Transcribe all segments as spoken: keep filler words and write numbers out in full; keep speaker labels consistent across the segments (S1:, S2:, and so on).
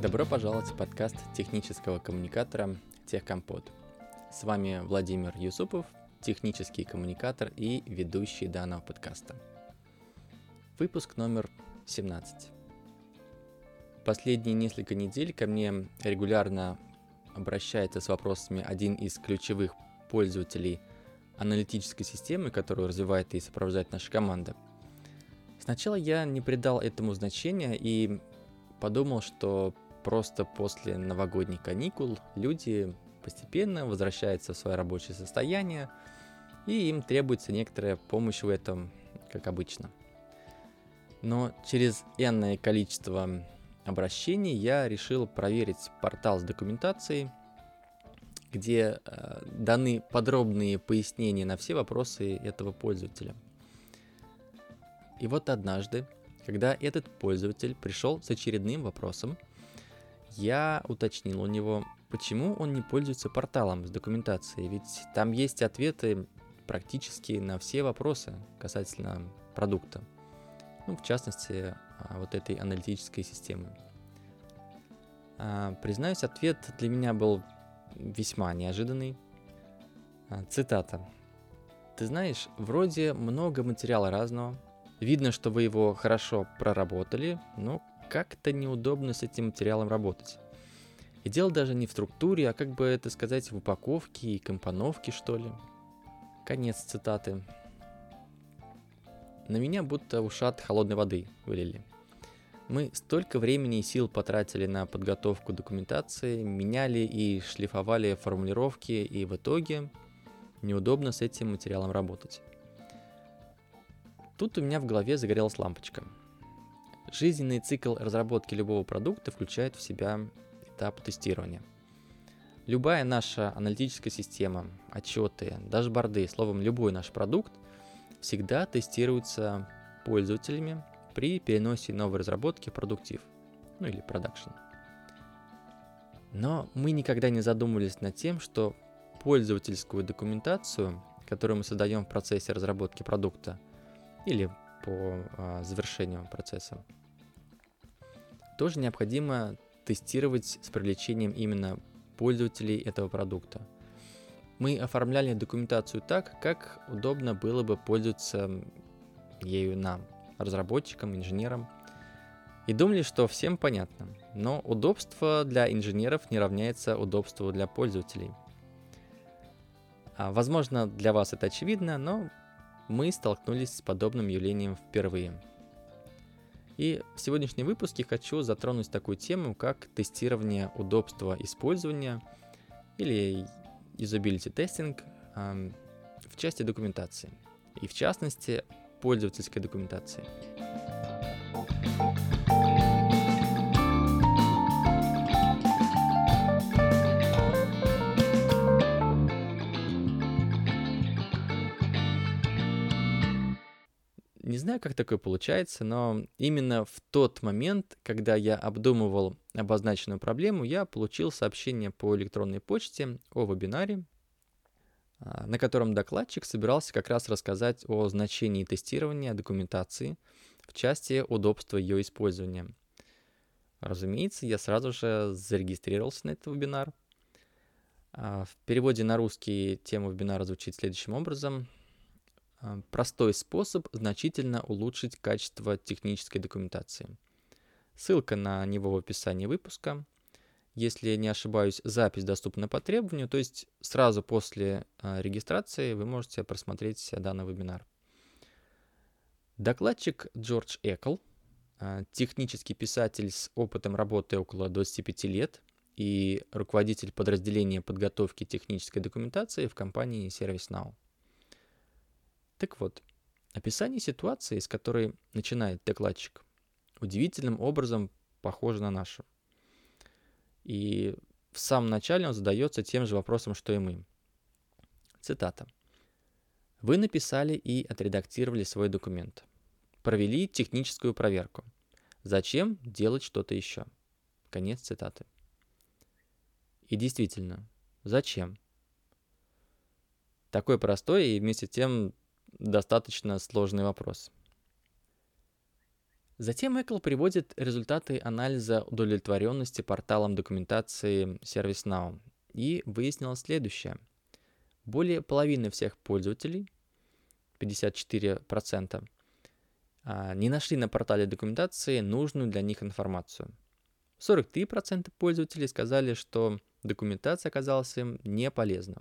S1: Добро пожаловать в подкаст технического коммуникатора Техкомпот. С вами Владимир Юсупов, технический коммуникатор и ведущий данного подкаста. Выпуск номер семнадцать. Последние несколько недель ко мне регулярно обращается с вопросами один из ключевых пользователей аналитической системы, которую развивает и сопровождает наша команда. Сначала я не придал этому значения и подумал, что просто после новогодних каникул люди постепенно возвращаются в свое рабочее состояние, и им требуется некоторая помощь в этом, как обычно. Но через энное количество обращений я решил проверить портал с документацией, где э, даны подробные пояснения на все вопросы этого пользователя. И вот однажды, когда этот пользователь пришел с очередным вопросом, я уточнил у него, почему он не пользуется порталом с документацией, ведь там есть ответы практически на все вопросы касательно продукта, ну, в частности, вот этой аналитической системы. Признаюсь, ответ для меня был весьма неожиданный. Цитата. «Ты знаешь, вроде много материала разного, видно, что вы его хорошо проработали, но как-то неудобно с этим материалом работать. И дело даже не в структуре, а как бы это сказать, в упаковке и компоновке, что ли». Конец цитаты. На меня будто ушат холодной воды вылили. Мы столько времени и сил потратили на подготовку документации, меняли и шлифовали формулировки, и в итоге неудобно с этим материалом работать. Тут у меня в голове загорелась лампочка. Жизненный цикл разработки любого продукта включает в себя этап тестирования. Любая наша аналитическая система, отчеты, дашборды, словом, любой наш продукт всегда тестируется пользователями при переносе новой разработки в продуктив, ну или продакшн. Но мы никогда не задумывались над тем, что пользовательскую документацию, которую мы создаем в процессе разработки продукта или по а, завершению процесса, тоже необходимо тестировать с привлечением именно пользователей этого продукта. Мы оформляли документацию так, как удобно было бы пользоваться ею нам, разработчикам, инженерам. И думали, что всем понятно. Но удобство для инженеров не равняется удобству для пользователей. А, возможно, для вас это очевидно, но мы столкнулись с подобным явлением впервые. И в сегодняшнем выпуске хочу затронуть такую тему, как тестирование удобства использования или usability testing э, в части документации, и в частности пользовательской документации. Не знаю, как такое получается, но именно в тот момент, когда я обдумывал обозначенную проблему, я получил сообщение по электронной почте о вебинаре, на котором докладчик собирался как раз рассказать о значении тестирования документации в части удобства ее использования. Разумеется, я сразу же зарегистрировался на этот вебинар. В переводе на русский тема вебинара звучит следующим образом. Простой способ значительно улучшить качество технической документации. Ссылка на него в описании выпуска. Если не ошибаюсь, запись доступна по требованию, то есть сразу после э, регистрации вы можете просмотреть данный вебинар. Докладчик Джордж Экл, э, технический писатель с опытом работы около двадцати пяти лет и руководитель подразделения подготовки технической документации в компании ServiceNow. Так вот, описание ситуации, с которой начинает докладчик, удивительным образом похоже на нашу. И в самом начале он задается тем же вопросом, что и мы. Цитата. «Вы написали и отредактировали свой документ. Провели техническую проверку. Зачем делать что-то еще?» Конец цитаты. И действительно, зачем? Такой простой и вместе с тем достаточно сложный вопрос. Затем Экл приводит результаты анализа удовлетворенности порталом документации ServiceNow и выяснил следующее. Более половины всех пользователей, пятьдесят четыре процента, не нашли на портале документации нужную для них информацию. сорок три процента пользователей сказали, что документация оказалась им не полезна.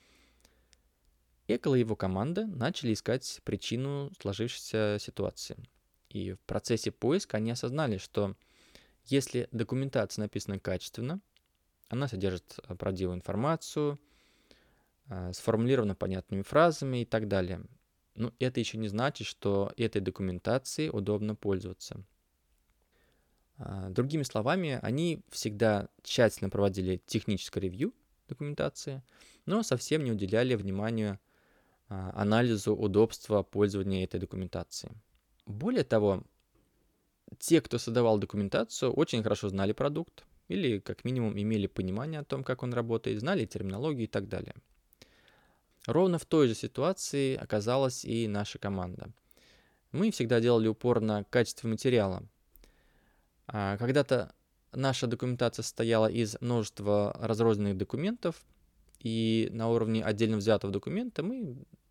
S1: Экл и его команда начали искать причину сложившейся ситуации. И в процессе поиска они осознали, что если документация написана качественно, она содержит правдивую информацию, сформулирована понятными фразами и так далее. Но это еще не значит, что этой документацией удобно пользоваться. Другими словами, они всегда тщательно проводили техническое ревью документации, но совсем не уделяли внимания анализу удобства пользования этой документацией. Более того, те, кто создавал документацию, очень хорошо знали продукт или как минимум имели понимание о том, как он работает, знали терминологию и так далее. Ровно в той же ситуации оказалась и наша команда. Мы всегда делали упор на качество материала. Когда-то наша документация состояла из множества разрозненных документов, и на уровне отдельно взятого документа мы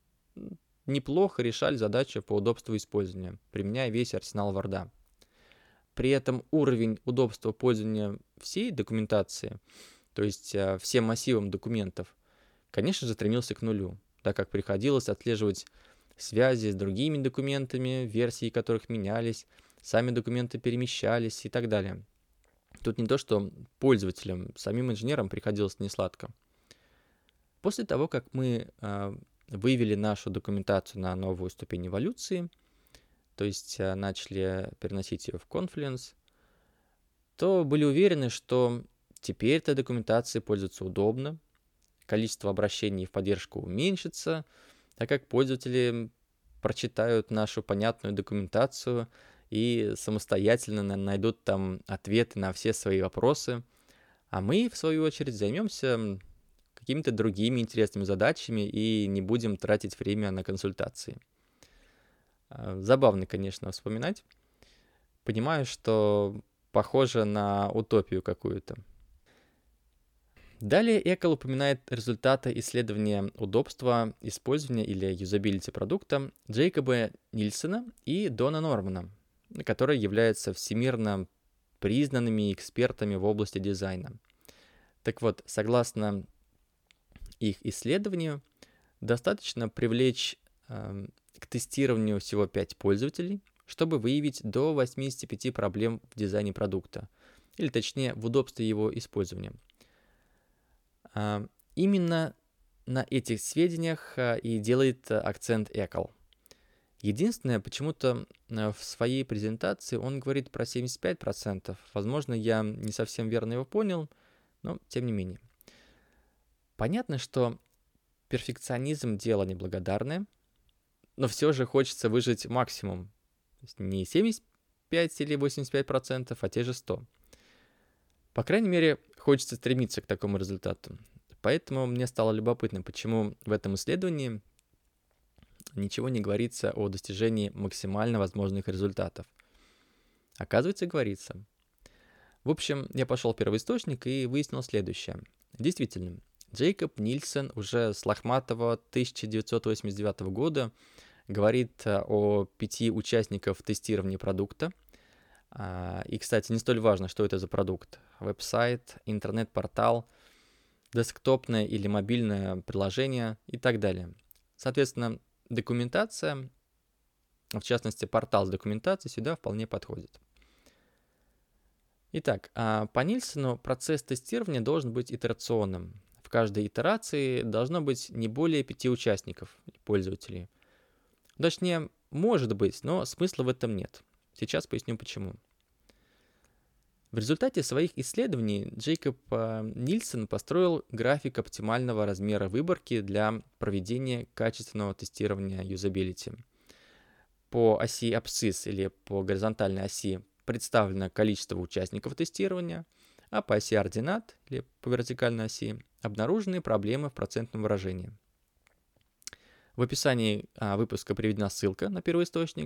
S1: неплохо решали задачу по удобству использования, применяя весь арсенал Word. При этом уровень удобства пользования всей документации, то есть всем массивом документов, конечно же, стремился к нулю, так как приходилось отслеживать связи с другими документами, версии которых менялись, сами документы перемещались и так далее. Тут не то, что пользователям, самим инженерам приходилось несладко. После того, как мы э, вывели нашу документацию на новую ступень эволюции, то есть э, начали переносить ее в Confluence, то были уверены, что теперь этой документацией пользоваться удобно, количество обращений в поддержку уменьшится, так как пользователи прочитают нашу понятную документацию и самостоятельно найдут там ответы на все свои вопросы, а мы, в свою очередь, займемся какими-то другими интересными задачами и не будем тратить время на консультации. Забавно, конечно, вспоминать. Понимаю, что похоже на утопию какую-то. Далее Экл упоминает результаты исследования удобства использования или юзабилити продукта Джейкоба Нильсона и Дона Нормана, которые являются всемирно признанными экспертами в области дизайна. Так вот, согласно их исследованию, достаточно привлечь э, к тестированию всего пять пользователей, чтобы выявить до восемьдесят пять проблем в дизайне продукта, или точнее в удобстве его использования. Э, именно на этих сведениях э, и делает акцент Экл. Единственное, почему-то в своей презентации он говорит про семьдесят пять процентов. Возможно, я не совсем верно его понял, но тем не менее. Понятно, что перфекционизм – дело неблагодарное, но все же хочется выжать максимум. То есть не семьдесят пять или восемьдесят пять процентов, а те же сто. По крайней мере, хочется стремиться к такому результату. Поэтому мне стало любопытно, почему в этом исследовании ничего не говорится о достижении максимально возможных результатов. Оказывается, говорится. В общем, я пошел в первоисточник и выяснил следующее. Действительно, Джейкоб Нильсон уже с лохматого тысяча девятьсот восемьдесят девятого года говорит о пяти участниках тестирования продукта. И, кстати, не столь важно, что это за продукт. Веб-сайт, интернет-портал, десктопное или мобильное приложение и так далее. Соответственно, документация, в частности, портал с документацией сюда вполне подходит. Итак, по Нильсону процесс тестирования должен быть итерационным. В каждой итерации должно быть не более пяти участников, пользователей. Точнее, может быть, но смысла в этом нет. Сейчас поясню почему. В результате своих исследований Джейкоб Нильсон построил график оптимального размера выборки для проведения качественного тестирования юзабилити. По оси абсцисс или по горизонтальной оси представлено количество участников тестирования, а по оси ординат или по вертикальной оси обнаружены проблемы в процентном выражении. В описании а, выпуска приведена ссылка на первоисточник,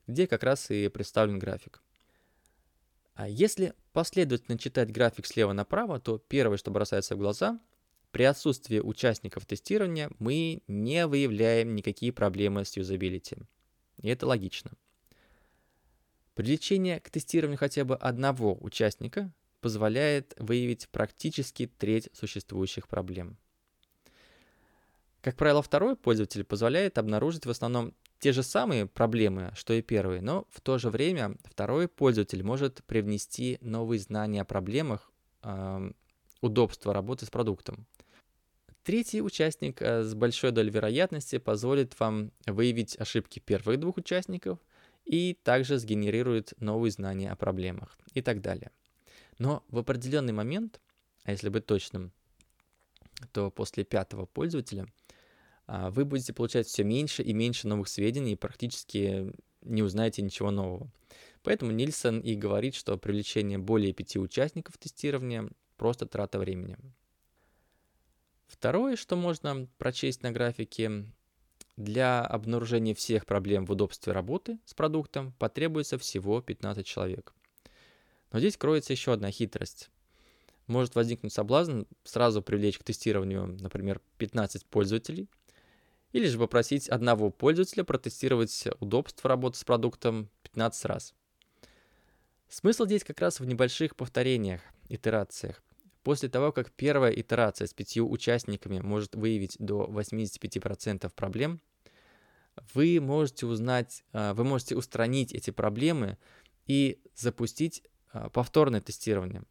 S1: где как раз и представлен график. А если последовательно читать график слева направо, то первое, что бросается в глаза, при отсутствии участников тестирования мы не выявляем никакие проблемы с юзабилити. И это логично. Привлечение к тестированию хотя бы одного участника позволяет выявить практически треть существующих проблем. Как правило, второй пользователь позволяет обнаружить в основном те же самые проблемы, что и первый, но в то же время второй пользователь может привнести новые знания о проблемах, э, удобства работы с продуктом. Третий участник э, с большой долей вероятности позволит вам выявить ошибки первых двух участников и также сгенерирует новые знания о проблемах и так далее. Но в определенный момент, а если быть точным, то после пятого пользователя вы будете получать все меньше и меньше новых сведений и практически не узнаете ничего нового. Поэтому Нильсон и говорит, что привлечение более пяти участников тестирования – просто трата времени. Второе, что можно прочесть на графике, для обнаружения всех проблем в удобстве работы с продуктом потребуется всего пятнадцать человек. Но здесь кроется еще одна хитрость. Может возникнуть соблазн сразу привлечь к тестированию, например, пятнадцать пользователей, или же попросить одного пользователя протестировать удобство работы с продуктом пятнадцать раз. Смысл здесь как раз в небольших повторениях, итерациях. После того, как первая итерация с пятью участниками может выявить до восемьдесят пять процентов проблем, вы можете узнать, вы можете устранить эти проблемы и запустить повторное тестирование,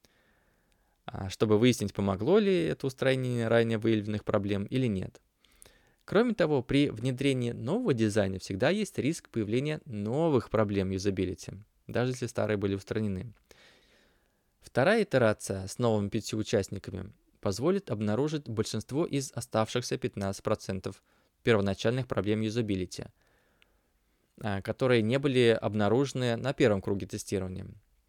S1: чтобы выяснить, помогло ли это устранение ранее выявленных проблем или нет. Кроме того, при внедрении нового дизайна всегда есть риск появления новых проблем юзабилити, даже если старые были устранены. Вторая итерация с новыми пятью участниками позволит обнаружить большинство из оставшихся пятнадцати процентов первоначальных проблем юзабилити, которые не были обнаружены на первом круге тестирования.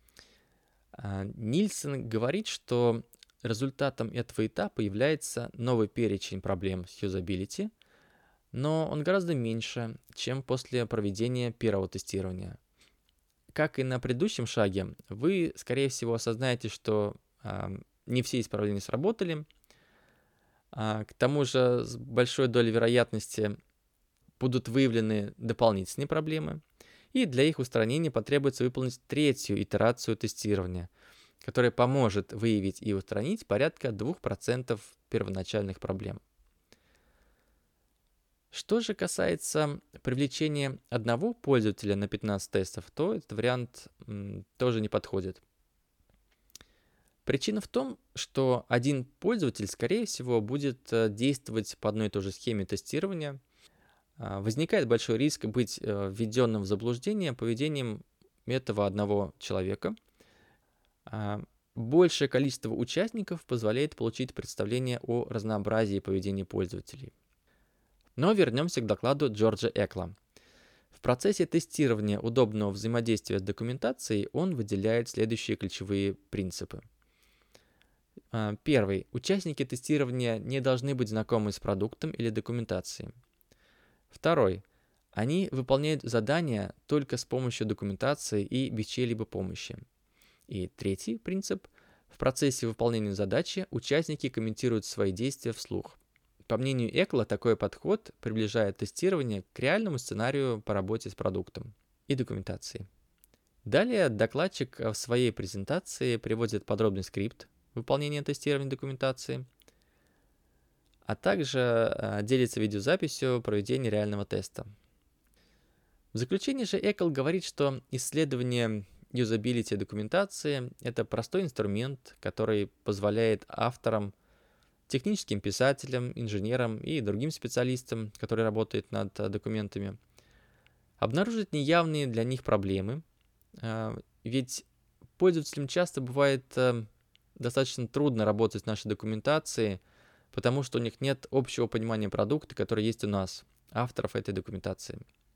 S1: Нильсон говорит, что результатом этого этапа является новый перечень проблем с юзабилити, но он гораздо меньше, чем после проведения первого тестирования. Как и на предыдущем шаге, вы, скорее всего, осознаете, что э, не все исправления сработали. А, к тому же с большой долей вероятности будут выявлены дополнительные проблемы, и для их устранения потребуется выполнить третью итерацию тестирования, которая поможет выявить и устранить порядка двух процентов первоначальных проблем. Что же касается привлечения одного пользователя на пятнадцать тестов, то этот вариант м, тоже не подходит. Причина в том, что один пользователь, скорее всего, будет действовать по одной и той же схеме тестирования. Возникает большой риск быть введенным в заблуждение поведением этого одного человека. Большее количество участников позволяет получить представление о разнообразии поведения пользователей. Но вернемся к докладу Джорджа Экла. В процессе тестирования удобного взаимодействия с документацией он выделяет следующие ключевые принципы. Первый. Участники тестирования не должны быть знакомы с продуктом или документацией. Второй. Они выполняют задания только с помощью документации и без чьей-либо помощи. И третий принцип. В процессе выполнения задачи участники комментируют свои действия вслух. По мнению Экла, такой подход приближает тестирование к реальному сценарию по работе с продуктом и документацией. Далее докладчик в своей презентации приводит подробный скрипт выполнения тестирования документации, а также делится видеозаписью проведения реального теста. В заключение же Экл говорит, что исследование юзабилити документации – это простой инструмент, который позволяет авторам, техническим писателям, инженерам и другим специалистам, которые работают над документами, обнаружить неявные для них проблемы, ведь пользователям часто бывает достаточно трудно работать с нашей документацией, потому что у них нет общего понимания продукта, который есть у нас, авторов этой документации.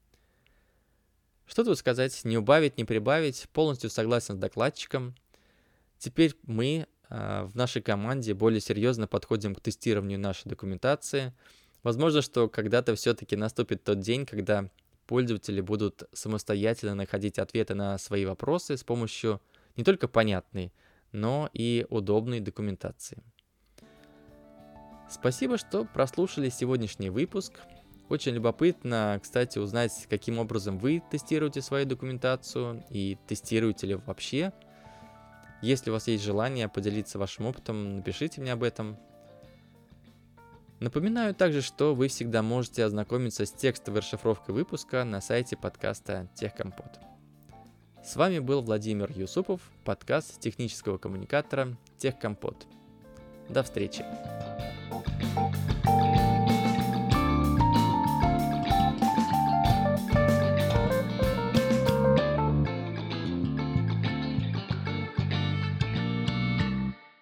S1: Что тут сказать, не убавить, не прибавить, полностью согласен с докладчиком. Теперь мы в нашей команде более серьезно подходим к тестированию нашей документации. Возможно, что когда-то все-таки наступит тот день, когда пользователи будут самостоятельно находить ответы на свои вопросы с помощью не только понятной, но и удобной документации. Спасибо, что прослушали сегодняшний выпуск. Очень любопытно, кстати, узнать, каким образом вы тестируете свою документацию и тестируете ли вообще. Если у вас есть желание поделиться вашим опытом, напишите мне об этом. Напоминаю также, что вы всегда можете ознакомиться с текстовой расшифровкой выпуска на сайте подкаста Техкомпот. С вами был Владимир Юсупов, подкаст технического коммуникатора Техкомпот. До встречи!